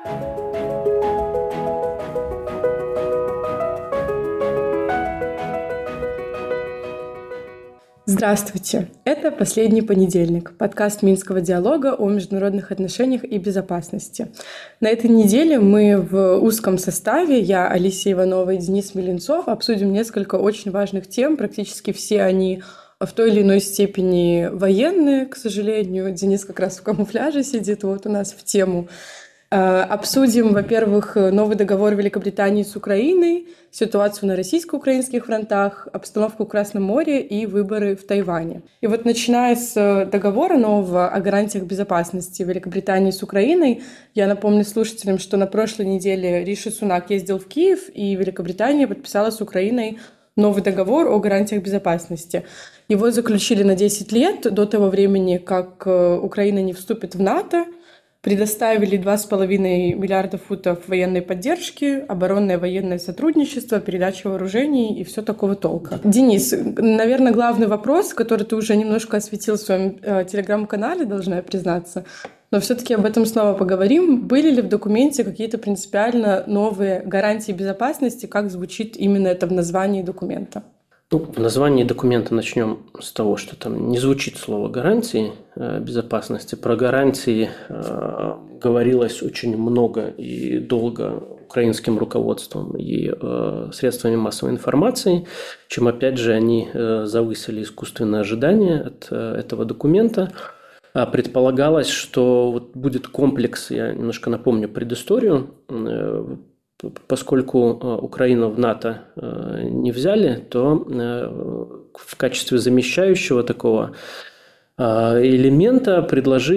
Здравствуйте! Это «Последний понедельник» – подкаст Минского диалога о международных отношениях и безопасности. На этой неделе мы в узком составе, я, Алисия Иванова и Денис Меленцов, обсудим несколько очень важных тем. Практически все они в той или иной степени военные, к сожалению. Денис как раз в камуфляже сидит вот у нас в тему. Обсудим, во-первых, новый договор Великобритании с Украиной, ситуацию на российско-украинских фронтах, обстановку в Красном море и выборы в Тайване. И вот начиная с договора нового о гарантиях безопасности Великобритании с Украиной, я напомню слушателям, что на прошлой неделе Риши Сунак ездил в Киев, и Великобритания подписала с Украиной новый договор о гарантиях безопасности. Его заключили на 10 лет до того времени, как Украина не вступит в НАТО. Предоставили 2,5 миллиарда футов военной поддержки, оборонное военное сотрудничество, передача вооружений и все такого толка. Денис, наверное, главный вопрос, который ты уже немножко осветил в своем телеграм-канале, должна я признаться, но все-таки об этом снова поговорим. Были ли в документе какие-то принципиально новые гарантии безопасности, как звучит именно это в названии документа? В названии документа начнем с того, что там не звучит слово «гарантии безопасности». Про гарантии говорилось очень много и долго украинским руководством и средствами массовой информации, чем, опять же, они завысили искусственное ожидание от этого документа. Предполагалось, что вот будет комплекс, я немножко напомню предысторию, поскольку Украину в НАТО не взяли, то в качестве замещающего такого элемента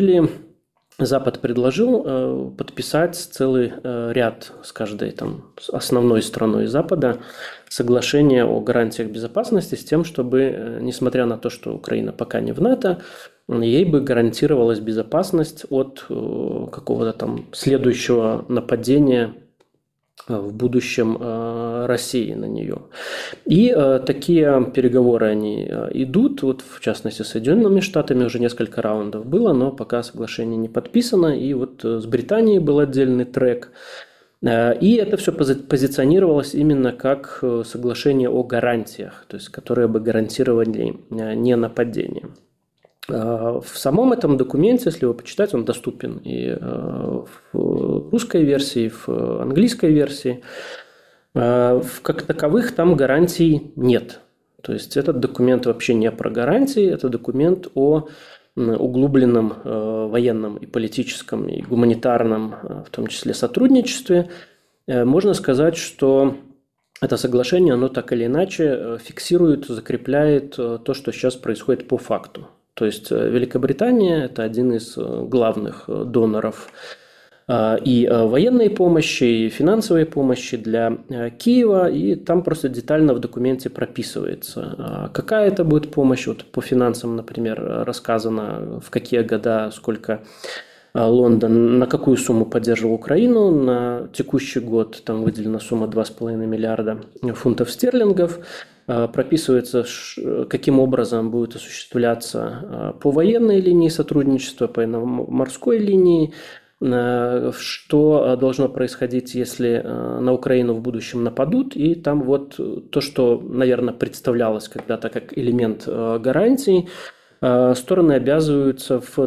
Запад предложил подписать целый ряд с каждой с основной страной Запада соглашение о гарантиях безопасности с тем, чтобы, несмотря на то, что Украина пока не в НАТО, ей бы гарантировалась безопасность от какого-то там следующего нападения в будущем России на нее. И такие переговоры они идут, вот в частности с Соединенными Штатами уже несколько раундов было, но пока соглашение не подписано, и вот с Британией был отдельный трек. И это все позиционировалось именно как соглашение о гарантиях, то есть которые бы гарантировали не нападение. В самом этом документе, если его почитать, он доступен и в русской версии, и в английской версии. Как таковых там гарантий нет. То есть этот документ вообще не про гарантии, это документ о углубленном военном и политическом, и гуманитарном, в том числе, сотрудничестве. Можно сказать, что это соглашение, оно так или иначе фиксирует, закрепляет то, что сейчас происходит по факту. То есть Великобритания – это один из главных доноров и военной помощи, и финансовой помощи для Киева, и там просто детально в документе прописывается, какая это будет помощь. Вот по финансам, например, рассказано, в какие года, сколько Лондон, на какую сумму поддерживал Украину. На текущий год там выделена сумма 2,5 миллиарда фунтов стерлингов. Прописывается, каким образом будет осуществляться по военной линии сотрудничество, по морской линии, что должно происходить, если на Украину в будущем нападут. И там вот то, что, наверное, представлялось когда-то как элемент гарантий, стороны обязываются в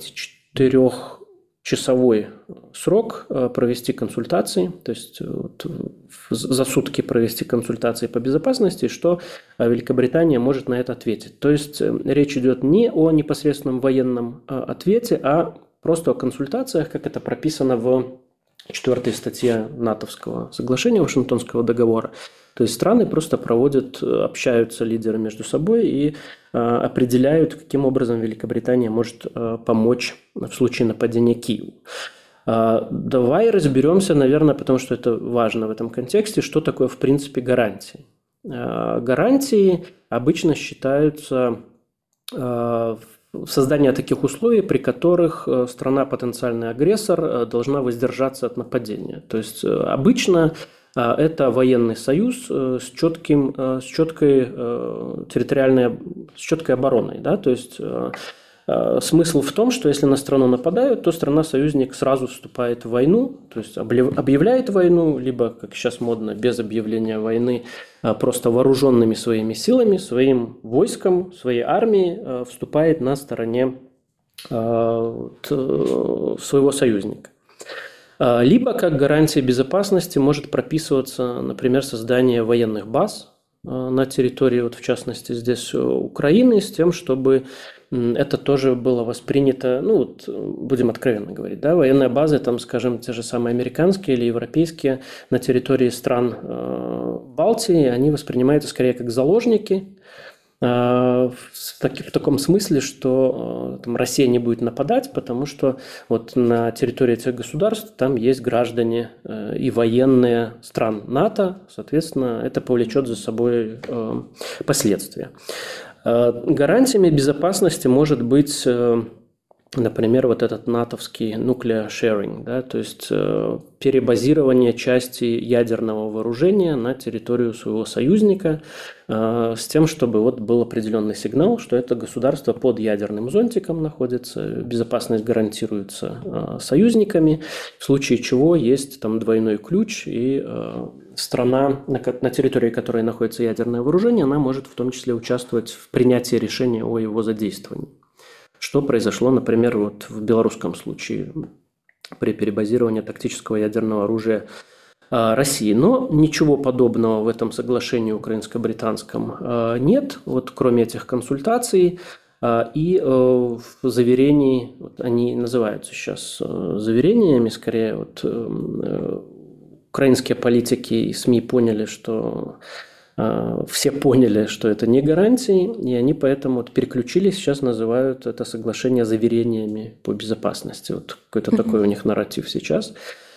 24-часовой срок провести консультации, то есть за сутки провести консультации по безопасности, что Великобритания может на это ответить. То есть речь идет не о непосредственном военном ответе, а просто о консультациях, как это прописано в 4 статье НАТОвского соглашения, Вашингтонского договора. То есть страны просто общаются лидеры между собой и определяют, каким образом Великобритания может помочь в случае нападения Киеву. Давай разберемся, наверное, потому что это важно в этом контексте, что такое в принципе гарантии. Гарантии обычно считаются создание таких условий, при которых страна, потенциальный агрессор, должна воздержаться от нападения. То есть обычно это военный союз с четкой обороной. Да? То есть Смысл в том, что если на страну нападают, то страна-союзник сразу вступает в войну, то есть объявляет войну, либо, как сейчас модно, без объявления войны, просто вооруженными своими силами, своим войском, своей армией вступает на стороне своего союзника. Либо как гарантия безопасности может прописываться, например, создание военных баз на территории, вот в частности здесь Украины, с тем, чтобы это тоже было воспринято, ну вот будем откровенно говорить, да, военные базы, там, скажем, те же самые американские или европейские на территории стран Балтии, они воспринимаются скорее как заложники, в таком смысле, что там Россия не будет нападать, потому что вот на территории этих государств там есть граждане и военные стран НАТО, соответственно, это повлечет за собой последствия. Гарантиями безопасности может быть, например, вот этот натовский nuclear sharing, да, то есть перебазирование части ядерного вооружения на территорию своего союзника с тем, чтобы вот был определенный сигнал, что это государство под ядерным зонтиком находится, безопасность гарантируется союзниками, в случае чего есть там двойной ключ, и страна, на территории которой находится ядерное вооружение, она может в том числе участвовать в принятии решения о его задействовании. Что произошло, например, вот в белорусском случае при перебазировании тактического ядерного оружия России. Но ничего подобного в этом соглашении украинско-британском нет, вот кроме этих консультаций и заверений, вот они называются сейчас заверениями, скорее вот украинские политики и СМИ поняли, что все поняли, что это не гарантии, и они поэтому вот переключились, сейчас называют это соглашение заверениями по безопасности. Вот какой-то такой у них нарратив сейчас.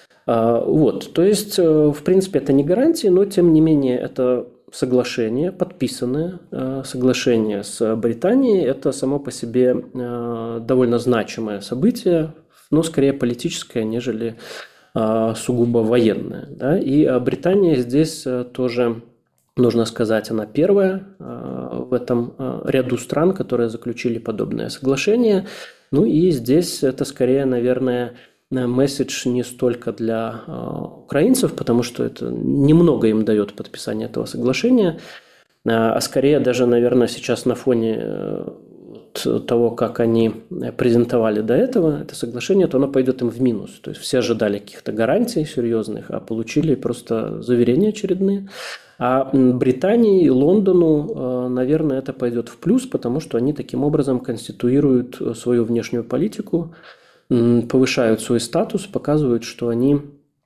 Вот, то есть, в принципе, это не гарантии, но тем не менее это соглашение, подписанное соглашение с Британией, это само по себе довольно значимое событие, но скорее политическое, нежели сугубо военное. Да? И Британия здесь тоже, нужно сказать, она первая в этом ряду стран, которые заключили подобное соглашение. Ну и здесь это скорее, наверное, месседж не столько для украинцев, потому что это немного им дает подписание этого соглашения, а скорее даже, наверное, сейчас на фоне того, как они презентовали до этого это соглашение, то оно пойдет им в минус. То есть все ожидали каких-то гарантий серьезных, а получили просто заверения очередные. А Британии и Лондону, наверное, это пойдет в плюс, потому что они таким образом конституируют свою внешнюю политику, повышают свой статус, показывают, что они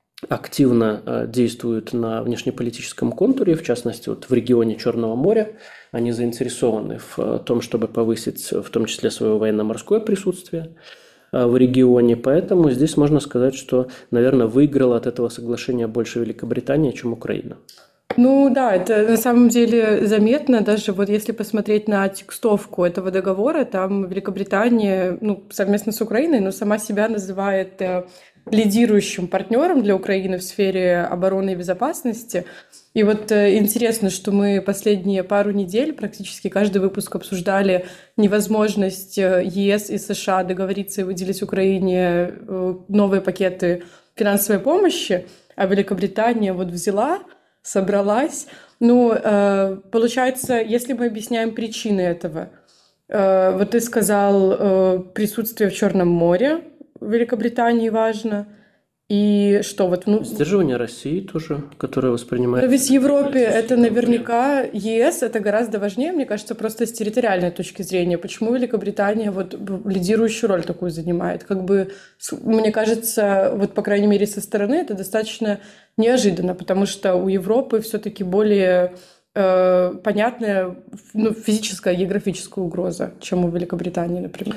активно действуют на внешнеполитическом контуре, в частности, вот в регионе Черного моря. Они заинтересованы в том, чтобы повысить в том числе свое военно-морское присутствие в регионе. Поэтому здесь можно сказать, что, наверное, выиграла от этого соглашения больше Великобритания, чем Украина. Ну да, это на самом деле заметно, даже вот если посмотреть на текстовку этого договора, там Великобритания, совместно с Украиной, но сама себя называет лидирующим партнером для Украины в сфере обороны и безопасности. И вот интересно, что мы последние пару недель практически каждый выпуск обсуждали невозможность ЕС и США договориться и выделить Украине новые пакеты финансовой помощи, а Великобритания вот взяла, собралась. Получается, если мы объясняем причины этого, вот ты сказал, присутствие в Черном море в Великобритании важно. И что вот... Сдерживание России тоже, которое воспринимается... Но ведь в Европе это наверняка ЕС, это гораздо важнее, мне кажется, просто с территориальной точки зрения. Почему Великобритания вот лидирующую роль такую занимает? Мне кажется, вот по крайней мере со стороны это достаточно неожиданно, потому что у Европы все-таки более понятная физическая, географическая угроза, чем у Великобритании, например.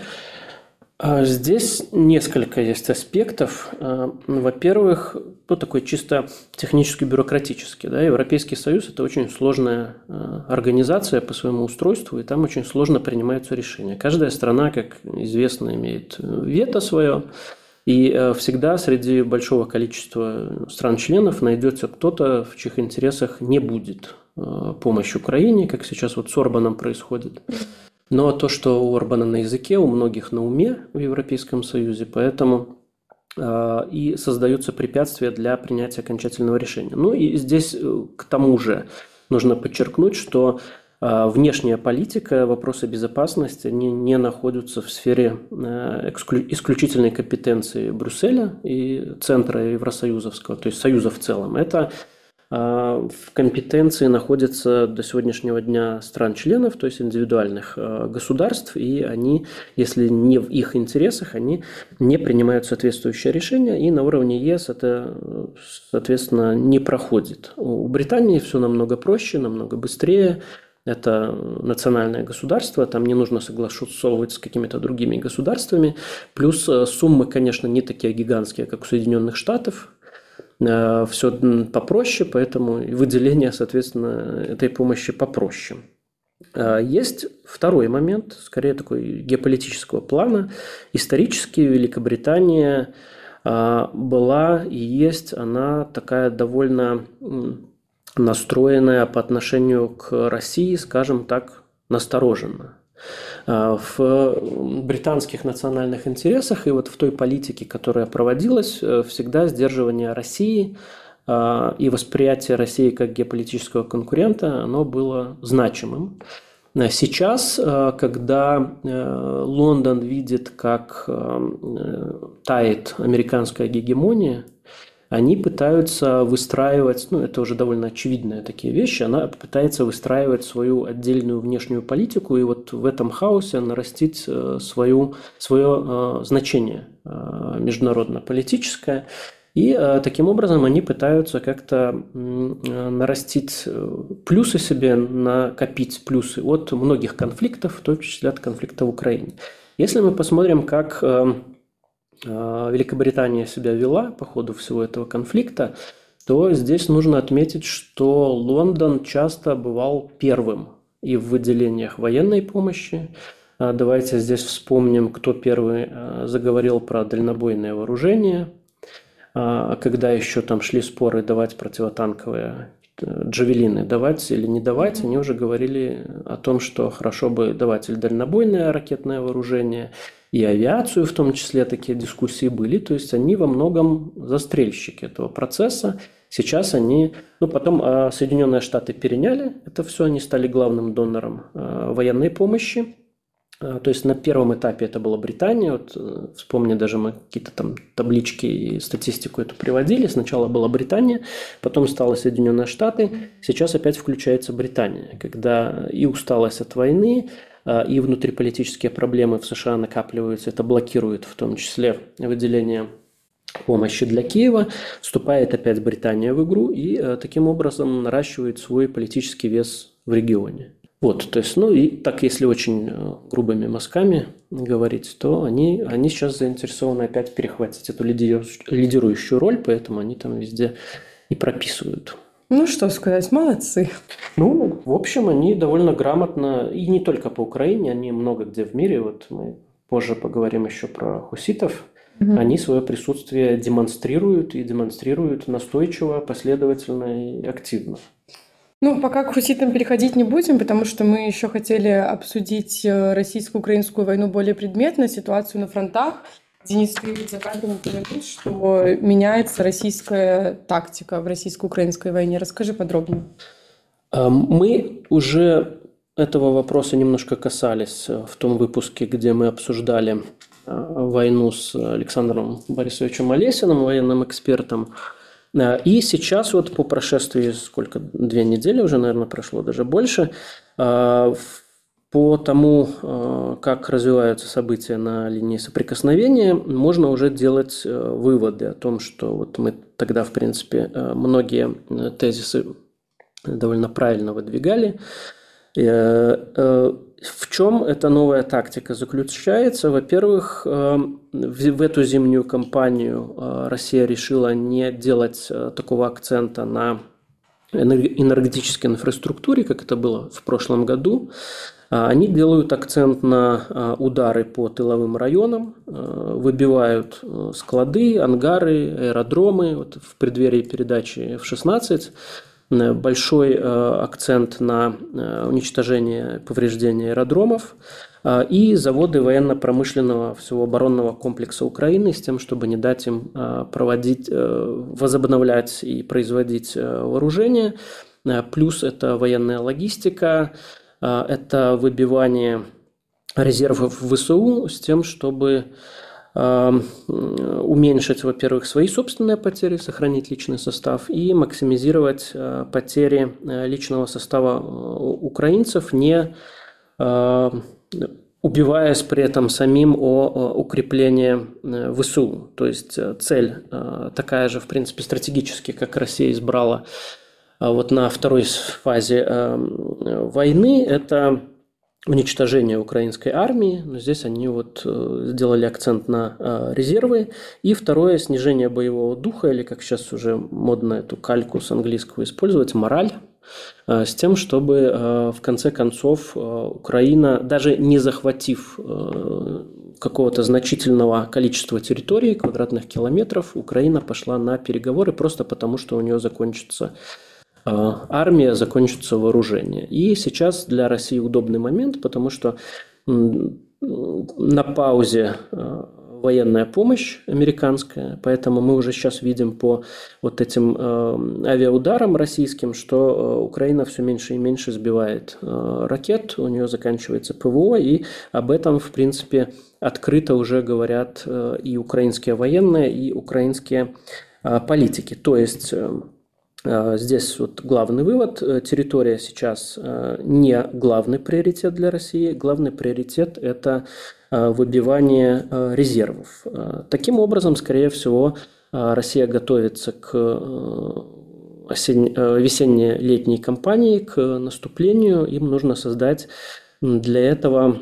Здесь несколько есть аспектов. Во-первых, такой чисто технически бюрократический. Да? Европейский Союз – это очень сложная организация по своему устройству, и там очень сложно принимаются решения. Каждая страна, как известно, имеет вето свое, и всегда среди большого количества стран-членов найдется кто-то, в чьих интересах не будет помощь Украине, как сейчас вот с Орбаном происходит. Но то, что у Орбана на языке, у многих на уме в Европейском Союзе, поэтому и создаются препятствия для принятия окончательного решения. Ну и здесь к тому же нужно подчеркнуть, что внешняя политика, вопросы безопасности не находятся в сфере исключительной компетенции Брюсселя и Центра Евросоюзовского, то есть Союза в целом. Это в компетенции находятся до сегодняшнего дня стран-членов, то есть индивидуальных государств, и они, если не в их интересах, они не принимают соответствующее решение, и на уровне ЕС это, соответственно, не проходит. У Британии все намного проще, намного быстрее. Это национальное государство, там не нужно согласовывать с какими-то другими государствами. Плюс суммы, конечно, не такие гигантские, как у Соединенных Штатов. Все попроще, поэтому и выделение, соответственно, этой помощи попроще. Есть второй момент, скорее такой геополитического плана. Исторически Великобритания была и есть, она такая довольно настроенная по отношению к России, скажем так, настороженно. В британских национальных интересах и вот в той политике, которая проводилась, всегда сдерживание России и восприятие России как геополитического конкурента, оно было значимым. Сейчас, когда Лондон видит, как тает американская гегемония, они пытаются выстраивать, это уже довольно очевидные такие вещи, она пытается выстраивать свою отдельную внешнюю политику и вот в этом хаосе нарастить свое значение международно-политическое. И таким образом они пытаются как-то нарастить плюсы себе, накопить плюсы от многих конфликтов, в том числе от конфликта в Украине. Если мы посмотрим, как Великобритания себя вела по ходу всего этого конфликта, то здесь нужно отметить, что Лондон часто бывал первым и в выделениях военной помощи. Давайте здесь вспомним, кто первый заговорил про дальнобойное вооружение, когда еще там шли споры, давать противотанковые джавелины, давать или не давать, они уже говорили о том, что хорошо бы давать или дальнобойное ракетное вооружение, и авиацию в том числе такие дискуссии были, то есть они во многом застрельщики этого процесса. Сейчас они, потом Соединенные Штаты переняли это все, они стали главным донором военной помощи. То есть на первом этапе это была Британия, вот вспомни, даже мы какие-то там таблички и статистику эту приводили. Сначала была Британия, потом стало Соединенные Штаты, сейчас опять включается Британия, когда и усталость от войны, и внутриполитические проблемы в США накапливаются, это блокирует в том числе выделение помощи для Киева, вступает опять Британия в игру и таким образом наращивает свой политический вес в регионе. Вот, то есть, и так, если очень грубыми мазками говорить, то они сейчас заинтересованы опять перехватить эту лидирующую роль, поэтому они там везде и прописывают. Ну, что сказать, молодцы. В общем, они довольно грамотно, и не только по Украине, они много где в мире, вот мы позже поговорим еще про хуситов, они свое присутствие демонстрируют, и демонстрируют настойчиво, последовательно и активно. Пока к хуситам переходить не будем, потому что мы еще хотели обсудить российско-украинскую войну более предметно, ситуацию на фронтах. Денис, ты за кадром упомянул, что меняется российская тактика в российско-украинской войне. Расскажи подробнее. Мы уже этого вопроса немножко касались в том выпуске, где мы обсуждали войну с Александром Борисовичем Олесиным, военным экспертом. И сейчас вот по прошествии, 2 недели уже, наверное, прошло, даже больше, по тому, как развиваются события на линии соприкосновения, можно уже делать выводы о том, что вот мы тогда, в принципе, многие тезисы довольно правильно выдвигали. В чем эта новая тактика заключается? Во-первых, в эту зимнюю кампанию Россия решила не делать такого акцента на энергетической инфраструктуре, как это было в прошлом году. Они делают акцент на удары по тыловым районам, выбивают склады, ангары, аэродромы. Вот в преддверии передачи F-16 большой акцент на уничтожение, повреждение аэродромов и заводы военно-промышленного всего оборонного комплекса Украины с тем, чтобы не дать им возобновлять и производить вооружение. Плюс это военная логистика, это выбивание резервов в ВСУ с тем, чтобы уменьшить, во-первых, свои собственные потери, сохранить личный состав и максимизировать потери личного состава украинцев, не убиваясь при этом самим о укреплении ВСУ. То есть цель такая же, в принципе, стратегически, как Россия избрала вот на второй фазе войны, это уничтожение украинской армии, но здесь они сделали акцент на резервы. И второе, снижение боевого духа, или как сейчас уже модно эту кальку с английского использовать, мораль, с тем, чтобы в конце концов Украина, даже не захватив какого-то значительного количества территорий, квадратных километров, Украина пошла на переговоры просто потому, что у нее закончится армия, закончится вооружение. И сейчас для России удобный момент, потому что на паузе военная помощь американская, поэтому мы уже сейчас видим по вот этим авиаударам российским, что Украина все меньше и меньше сбивает ракет, у нее заканчивается ПВО, и об этом, в принципе, открыто уже говорят и украинские военные, и украинские политики. То есть здесь главный вывод. Территория сейчас не главный приоритет для России. Главный приоритет – это выбивание резервов. Таким образом, скорее всего, Россия готовится к весенне-летней кампании, к наступлению. Им нужно создать для этого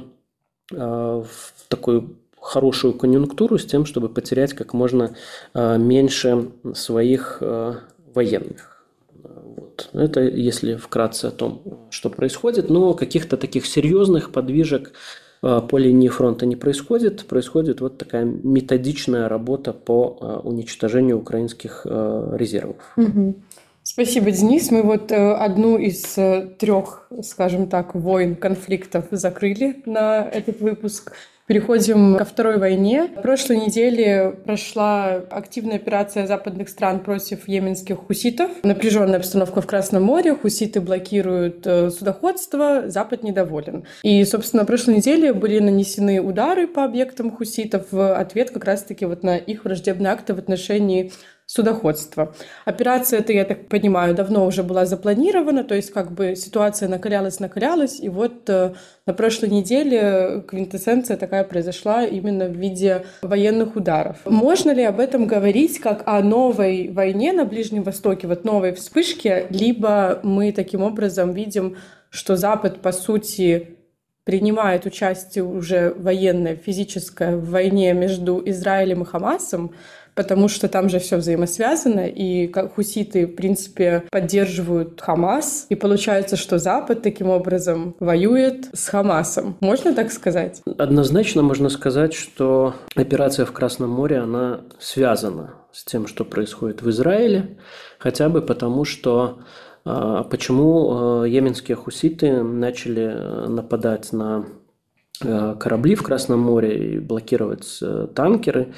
такую хорошую конъюнктуру с тем, чтобы потерять как можно меньше своих военных. Это если вкратце о том, что происходит, но каких-то таких серьезных подвижек по линии фронта не происходит. Происходит вот такая методичная работа по уничтожению украинских резервов. Угу. Спасибо, Денис. Мы одну из 3, скажем так, войн, конфликтов закрыли на этот выпуск. Переходим ко второй войне. В прошлой неделе прошла активная операция западных стран против йеменских хуситов. Напряженная обстановка в Красном море. Хуситы блокируют судоходство, Запад недоволен. И, собственно, на прошлой неделе были нанесены удары по объектам хуситов в ответ как раз-таки на их враждебные акты в отношении судоходства. Операция эта, я так понимаю, давно уже была запланирована, то есть ситуация накалялась, и на прошлой неделе квинтэссенция такая произошла именно в виде военных ударов. Можно ли об этом говорить как о новой войне на Ближнем Востоке, новой вспышке, либо мы таким образом видим, что Запад, по сути, принимает участие уже военное, физическое в войне между Израилем и Хамасом, потому что там же все взаимосвязано, и хуситы, в принципе, поддерживают Хамас, и получается, что Запад таким образом воюет с Хамасом. Можно так сказать? Однозначно можно сказать, что операция в Красном море, она связана с тем, что происходит в Израиле, хотя бы потому, что почему йеменские хуситы начали нападать на корабли в Красном море и блокировать танкеры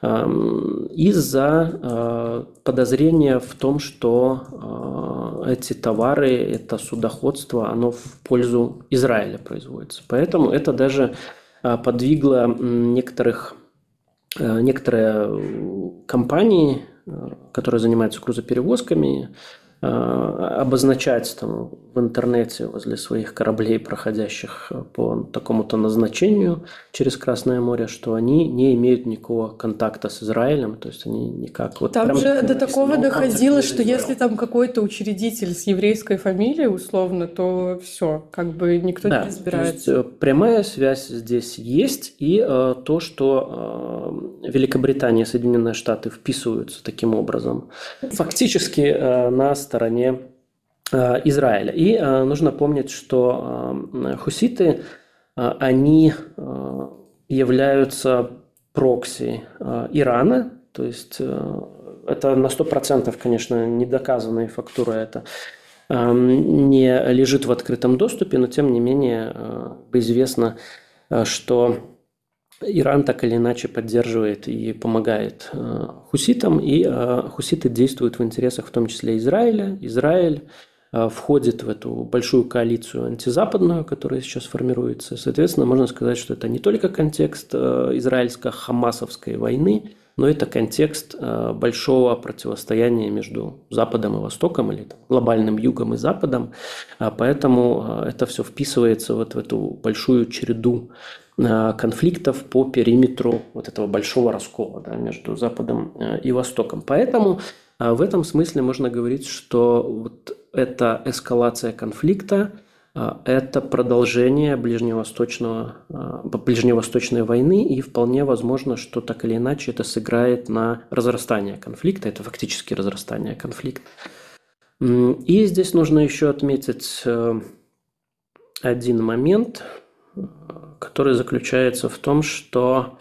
из-за подозрения в том, что эти товары, это судоходство, оно в пользу Израиля производится. Поэтому это даже подвигло некоторые компании, которые занимаются грузоперевозками, обозначать в интернете возле своих кораблей, проходящих по такому-то назначению через Красное море, что они не имеют никакого контакта с Израилем, то есть они никак... Там же до такого доходило, что если там какой-то учредитель с еврейской фамилией, условно, то все, никто не разбирается. То есть прямая связь здесь есть, и то, что Великобритания и Соединенные Штаты вписываются таким образом, фактически на стороне Израиля. И нужно помнить, что хуситы, они являются прокси Ирана, то есть это на 100%, конечно, недоказанная фактура, это не лежит в открытом доступе, но тем не менее известно, что Иран так или иначе поддерживает и помогает хуситам, и хуситы действуют в интересах в том числе Израиля. Израиль входит в эту большую коалицию антизападную, которая сейчас формируется. Соответственно, можно сказать, что это не только контекст израильско-хамасовской войны, но это контекст большого противостояния между Западом и Востоком, или глобальным Югом и Западом. Поэтому это все вписывается вот в эту большую череду конфликтов по периметру вот этого большого раскола, да, между Западом и Востоком. Поэтому в этом смысле можно говорить, что вот эта эскалация конфликта – это продолжение ближневосточной войны, и вполне возможно, что так или иначе это сыграет на разрастание конфликта, это фактически разрастание конфликта. И здесь нужно еще отметить один момент, который заключается в том, что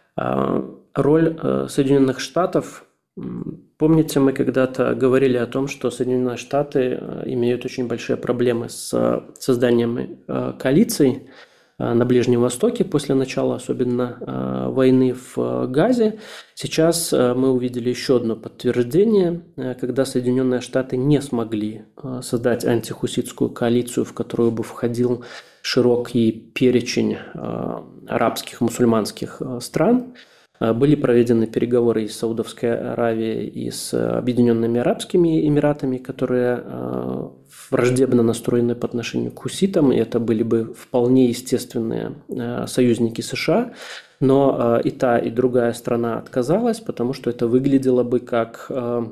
роль Соединенных Штатов, помните, мы когда-то говорили о том, что Соединенные Штаты имеют очень большие проблемы с созданием коалиций на Ближнем Востоке после начала, особенно войны в Газе. Сейчас мы увидели еще одно подтверждение, когда Соединенные Штаты не смогли создать антихуситскую коалицию, в которую бы входил широкий перечень арабских, мусульманских стран. Были проведены переговоры и с Саудовской Аравией, и с Объединенными Арабскими Эмиратами, которые враждебно настроены по отношению к хуситам, и это были бы вполне естественные союзники США. Но и та, и другая страна отказалась, потому что это выглядело бы как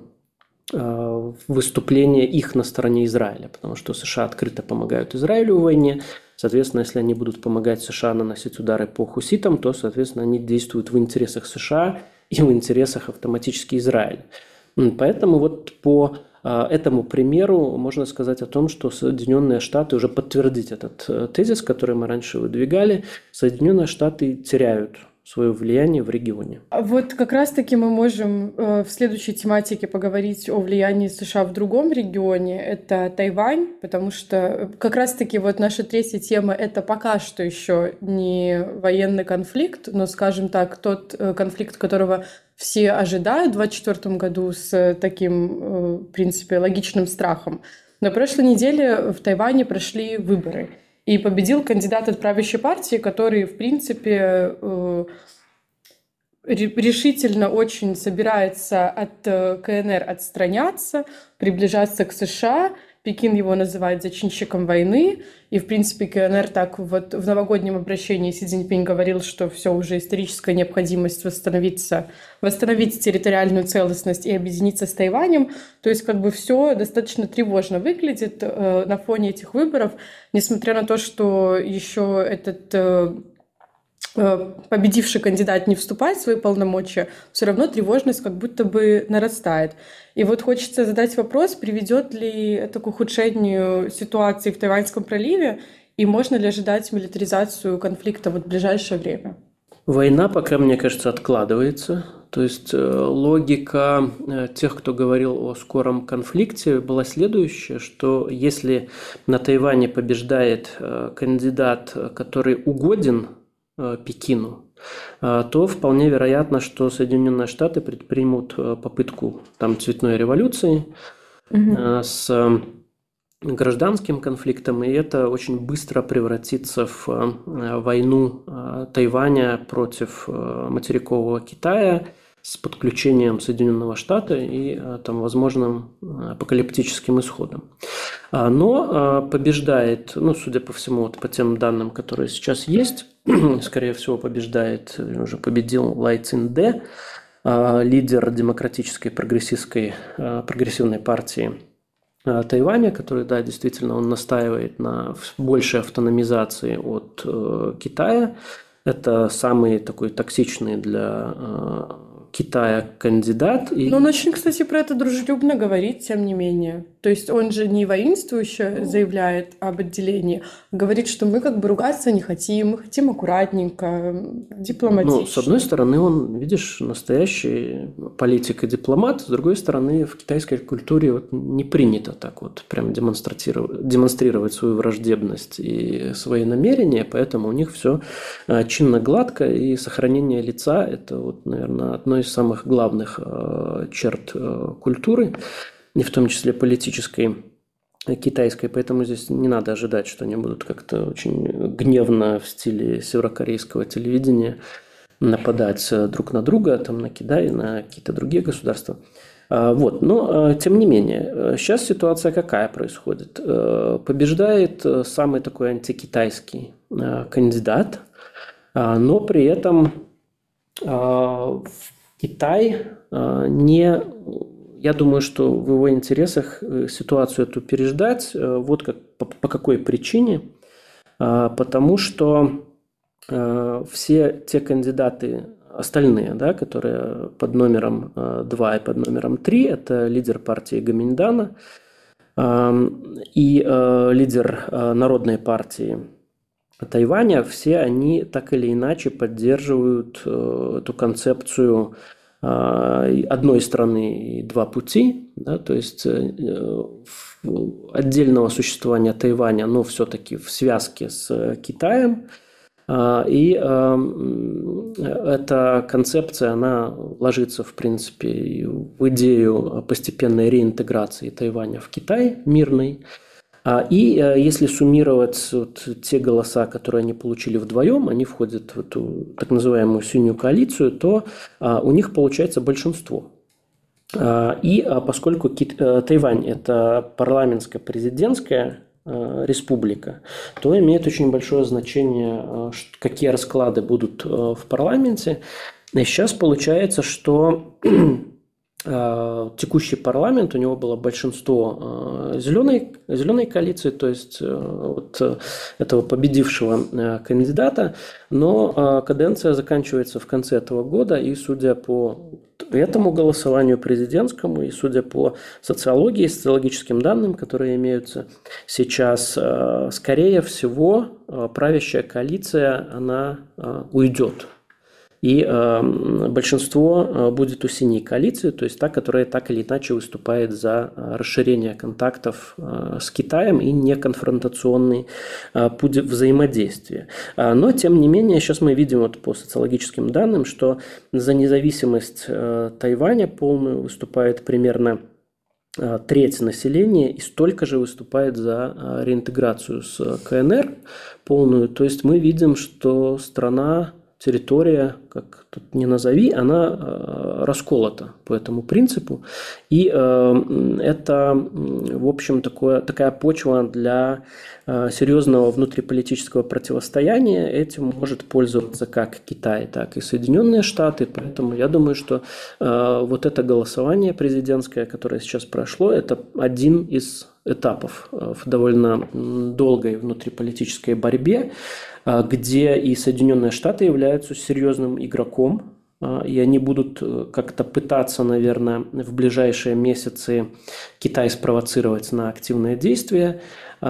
выступление их на стороне Израиля, потому что США открыто помогают Израилю в войне. Соответственно, если они будут помогать США наносить удары по хуситам, то, соответственно, они действуют в интересах США и в интересах автоматически Израиля. Поэтому вот по этому примеру можно сказать о том, что Соединенные Штаты, уже подтвердить этот тезис, который мы раньше выдвигали, Соединенные Штаты теряют свое влияние в регионе. Вот как раз-таки мы можем в следующей тематике поговорить о влиянии США в другом регионе. Это Тайвань, потому что как раз-таки вот наша третья тема — это пока что еще не военный конфликт, но, скажем так, тот конфликт, которого все ожидают в 2024 году с таким, в принципе, логичным страхом. На прошлой неделе в Тайване прошли выборы. И победил кандидат от правящей партии, который, в принципе, решительно очень собирается от КНР отстраняться, приближаться к США. Пекин его называет зачинщиком войны. И, в принципе, КНР так вот в новогоднем обращении Си Цзиньпинь говорил, что все уже историческая необходимость восстановить территориальную целостность и объединиться с Тайванем. То есть как бы все достаточно тревожно выглядит на фоне этих выборов, несмотря на то, что еще этот победивший кандидат не вступает в свои полномочия, все равно тревожность как будто бы нарастает. И вот хочется задать вопрос, приведет ли это к ухудшению ситуации в Тайваньском проливе, и можно ли ожидать милитаризацию конфликта вот в ближайшее время? Война пока, мне кажется, откладывается. То есть логика тех, кто говорил о скором конфликте, была следующая, что если на Тайване побеждает кандидат, который угоден Пекину, то вполне вероятно, что Соединенные Штаты предпримут попытку там цветной революции с гражданским конфликтом, и это очень быстро превратится в войну Тайваня против материкового Китая с подключением Соединенного Штата и там возможным апокалиптическим исходом. Но побеждает, судя по всему, вот по тем данным, которые сейчас есть, скорее всего, уже победил Лай Цзиньде, лидер демократической прогрессивной партии Тайваня, который, да, действительно, он настаивает на большей автономизации от Китая. Это самый такой токсичный для Китая кандидат. Но он очень, кстати, про это дружелюбно говорит, тем не менее. То есть он же не воинствующе заявляет об отделении, а говорит, что мы как бы ругаться не хотим, мы хотим аккуратненько, дипломатично. С одной стороны, он, видишь, настоящий политик и дипломат, с другой стороны, в китайской культуре вот не принято так вот прям демонстрировать свою враждебность и свои намерения, поэтому у них все чинно-гладко, и сохранение лица – это, вот, наверное, одно из самых главных черт культуры, и в том числе политической, китайской, поэтому здесь не надо ожидать, что они будут как-то очень гневно в стиле северокорейского телевидения нападать друг на друга, там, на Китай, на какие-то другие государства. Вот. Но, тем не менее, сейчас ситуация какая происходит? Побеждает самый такой антикитайский кандидат, но при этом Китай не... Я думаю, что в его интересах ситуацию эту переждать. Вот как, по какой причине. Потому что все те кандидаты остальные, да, которые под номером 2 и под номером 3, это лидер партии Гоминьдана и лидер Народной партии Тайваня, все они так или иначе поддерживают эту концепцию одной страны и два пути, да, то есть отдельного существования Тайваня, но все-таки в связке с Китаем. И эта концепция, она ложится, в принципе, в идею постепенной реинтеграции Тайваня в Китай мирной. И если суммировать вот те голоса, которые они получили вдвоем, они входят в эту так называемую синюю коалицию, то у них получается большинство. И поскольку Тайвань – это парламентско-президентская республика, то имеет очень большое значение, какие расклады будут в парламенте. И сейчас получается, что текущий парламент, у него было большинство зеленой коалиции, то есть вот этого победившего кандидата, но каденция заканчивается в конце этого года, и судя по этому голосованию президентскому, и судя по социологическим данным, которые имеются сейчас, скорее всего, правящая коалиция, она уйдет. И большинство будет у синей коалиции, то есть та, которая так или иначе выступает за расширение контактов с Китаем и неконфронтационный путь взаимодействия. Но, тем не менее, сейчас мы видим вот по социологическим данным, что за независимость Тайваня полную выступает примерно треть населения и столько же выступает за реинтеграцию с КНР полную. То есть мы видим, что страна, территория, как тут ни назови, она расколота по этому принципу. И это, в общем, такая почва для серьезного внутриполитического противостояния. Этим может пользоваться как Китай, так и Соединенные Штаты. Поэтому я думаю, что вот это голосование президентское, которое сейчас прошло, это один из этапов в довольно долгой внутриполитической борьбе, где и Соединенные Штаты являются серьезным игроком, и они будут как-то пытаться, наверное, в ближайшие месяцы Китай спровоцировать на активные действия.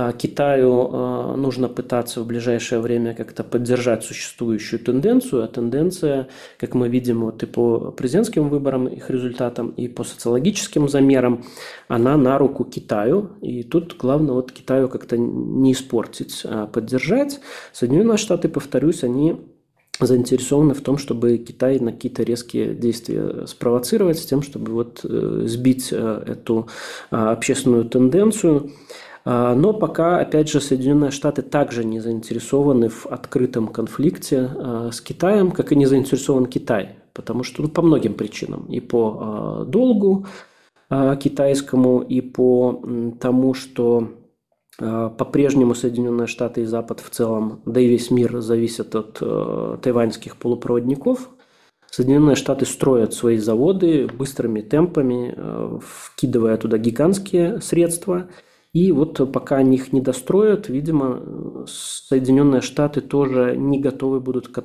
Китаю нужно пытаться в ближайшее время как-то поддержать существующую тенденцию, а тенденция, как мы видим вот и по президентским выборам, их результатам, и по социологическим замерам, она на руку Китаю, и тут главное вот Китаю как-то не испортить, а поддержать. Соединенные Штаты, повторюсь, они заинтересованы в том, чтобы Китай на какие-то резкие действия спровоцировать, с тем, чтобы вот сбить эту общественную тенденцию. Но пока, опять же, Соединенные Штаты также не заинтересованы в открытом конфликте с Китаем, как и не заинтересован Китай, потому что по многим причинам. И по долгу китайскому, и по тому, что по-прежнему Соединенные Штаты и Запад в целом, да и весь мир зависят от тайваньских полупроводников. Соединенные Штаты строят свои заводы быстрыми темпами, вкидывая туда гигантские средства. И вот пока они их не достроят, видимо, Соединенные Штаты тоже не готовы будут к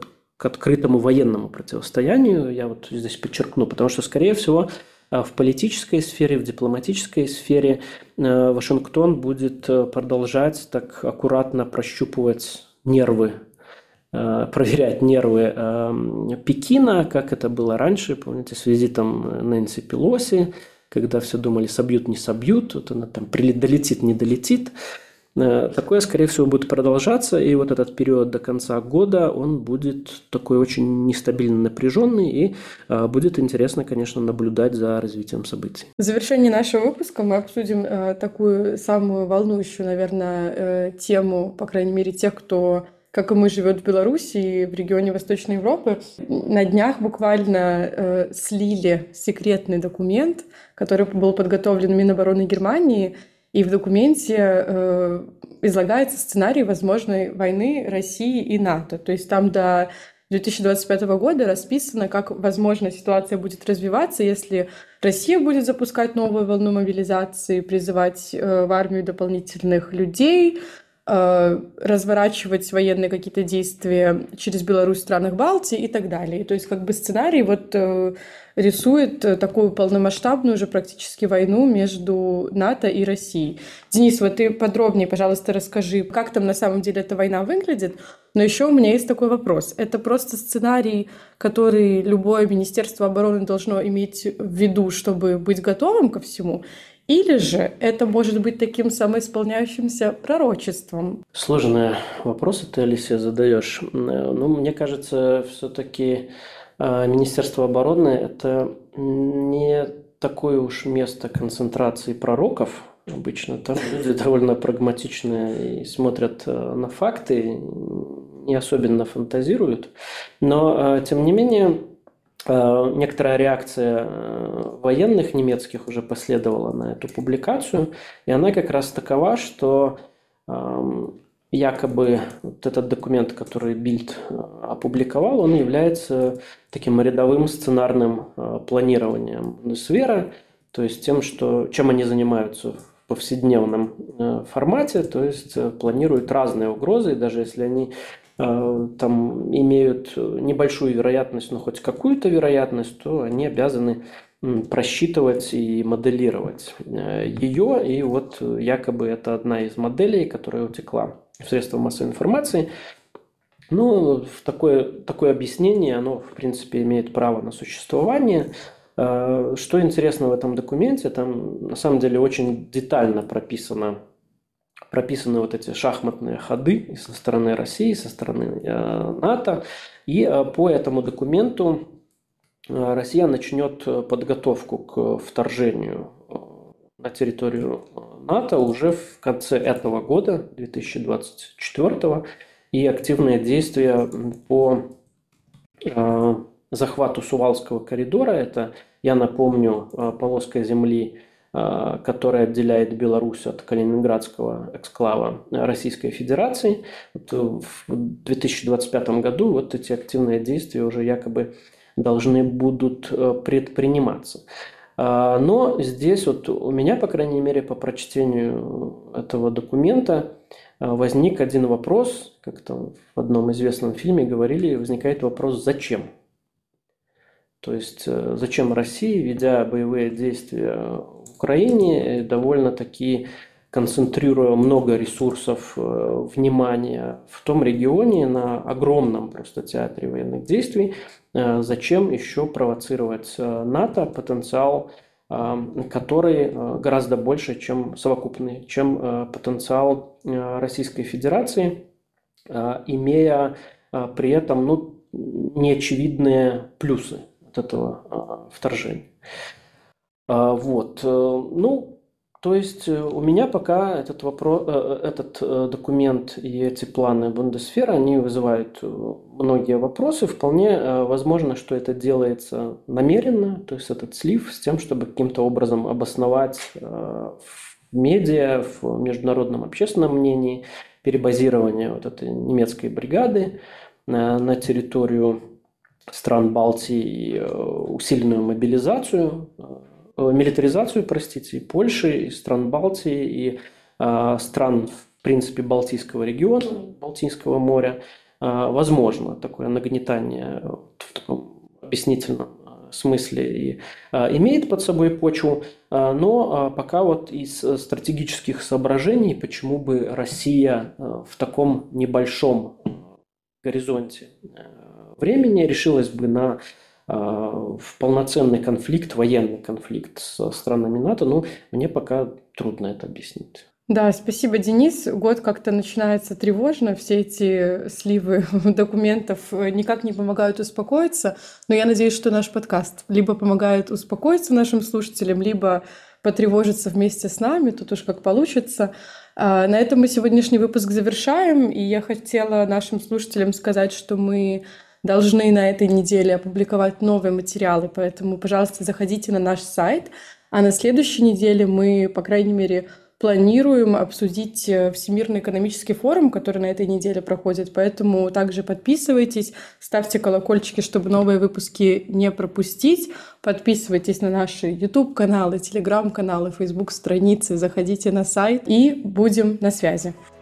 к открытому военному противостоянию. Я вот здесь подчеркну, потому что, скорее всего, в политической сфере, в дипломатической сфере Вашингтон будет продолжать так аккуратно прощупывать нервы, проверять нервы Пекина, как это было раньше, помните, с визитом Нэнси Пелоси, когда все думали, собьют, не собьют, вот она там долетит, не долетит. Такое, скорее всего, будет продолжаться, и вот этот период до конца года, он будет такой очень нестабильно напряженный, и будет интересно, конечно, наблюдать за развитием событий. В завершении нашего выпуска мы обсудим такую самую волнующую, наверное, тему, по крайней мере, тех, кто, как и мы, живет в Беларуси и в регионе Восточной Европы. На днях буквально слили секретный документ, который был подготовлен Минобороны Германии, и в документе излагается сценарий возможной войны России и НАТО. То есть там до 2025 года расписано, как, возможно, ситуация будет развиваться, если Россия будет запускать новую волну мобилизации, призывать в армию дополнительных людей, разворачивать военные какие-то действия через Беларусь в странах Балтии и так далее. То есть как бы сценарий вот рисует такую полномасштабную уже практически войну между НАТО и Россией. Денис, вот ты подробнее, пожалуйста, расскажи, как там на самом деле эта война выглядит. Но еще у меня есть такой вопрос. Это просто сценарий, который любое Министерство обороны должно иметь в виду, чтобы быть готовым ко всему? Или же это может быть таким самоисполняющимся пророчеством? Сложные вопросы ты, Алисия, задаешь. Ну, мне кажется, все-таки Министерство обороны – это не такое уж место концентрации пророков. Обычно там люди довольно прагматичны и смотрят на факты, не особенно фантазируют. Но, тем не менее, некоторая реакция военных немецких уже последовала на эту публикацию, и она как раз такова, что якобы вот этот документ, который Бильд опубликовал, он является таким рядовым сценарным планированием Бундесвера, то есть тем, чем они занимаются в повседневном формате, то есть планируют разные угрозы, и даже если они там имеют небольшую вероятность, но хоть какую-то вероятность, то они обязаны просчитывать и моделировать ее. И вот якобы это одна из моделей, которая утекла в средства массовой информации. Ну, такое объяснение, оно, в принципе, имеет право на существование. Что интересно в этом документе, там на самом деле очень детально прописаны вот эти шахматные ходы и со стороны России, и со стороны НАТО. И по этому документу Россия начнет подготовку к вторжению на территорию НАТО уже в конце этого года, 2024, и активные действия по захвату Сувалского коридора, это, я напомню, полоска земли, которая отделяет Беларусь от Калининградского эксклава Российской Федерации. Вот в 2025 году вот эти активные действия уже якобы должны будут предприниматься. Но здесь вот у меня, по крайней мере, по прочтению этого документа возник один вопрос, как там в одном известном фильме говорили, возникает вопрос «зачем?». То есть зачем России, ведя боевые действия в Украине, довольно-таки концентрируя много ресурсов, внимания в том регионе, на огромном просто театре военных действий, зачем еще провоцировать НАТО, потенциал, который гораздо больше, чем совокупный, чем потенциал Российской Федерации, имея при этом неочевидные плюсы от этого вторжения. Вот. То есть у меня пока этот документ и эти планы Бундесвера, они вызывают многие вопросы. Вполне возможно, что это делается намеренно, то есть этот слив с тем, чтобы каким-то образом обосновать в медиа, в международном общественном мнении перебазирование вот этой немецкой бригады на территорию стран Балтии и усиленную милитаризацию, и Польши, и стран Балтии, и стран, в принципе, Балтийского региона, Балтийского моря. возможно, такое нагнетание в таком объяснительном смысле и имеет под собой почву, но пока вот из стратегических соображений, почему бы Россия в таком небольшом горизонте времени решилась бы на в полноценный конфликт, военный конфликт со странами НАТО, ну, мне пока трудно это объяснить. Да, спасибо, Денис. Год как-то начинается тревожно. Все эти сливы документов никак не помогают успокоиться. Но я надеюсь, что наш подкаст либо помогает успокоиться нашим слушателям, либо потревожиться вместе с нами. Тут уж как получится. На этом мы сегодняшний выпуск завершаем. И я хотела нашим слушателям сказать, что мы должны на этой неделе опубликовать новые материалы. Поэтому, пожалуйста, заходите на наш сайт. А на следующей неделе мы, по крайней мере, планируем обсудить Всемирный экономический форум, который на этой неделе проходит. Поэтому также подписывайтесь, ставьте колокольчики, чтобы новые выпуски не пропустить. Подписывайтесь на наши YouTube-каналы, Telegram-каналы, Facebook-страницы, заходите на сайт и будем на связи.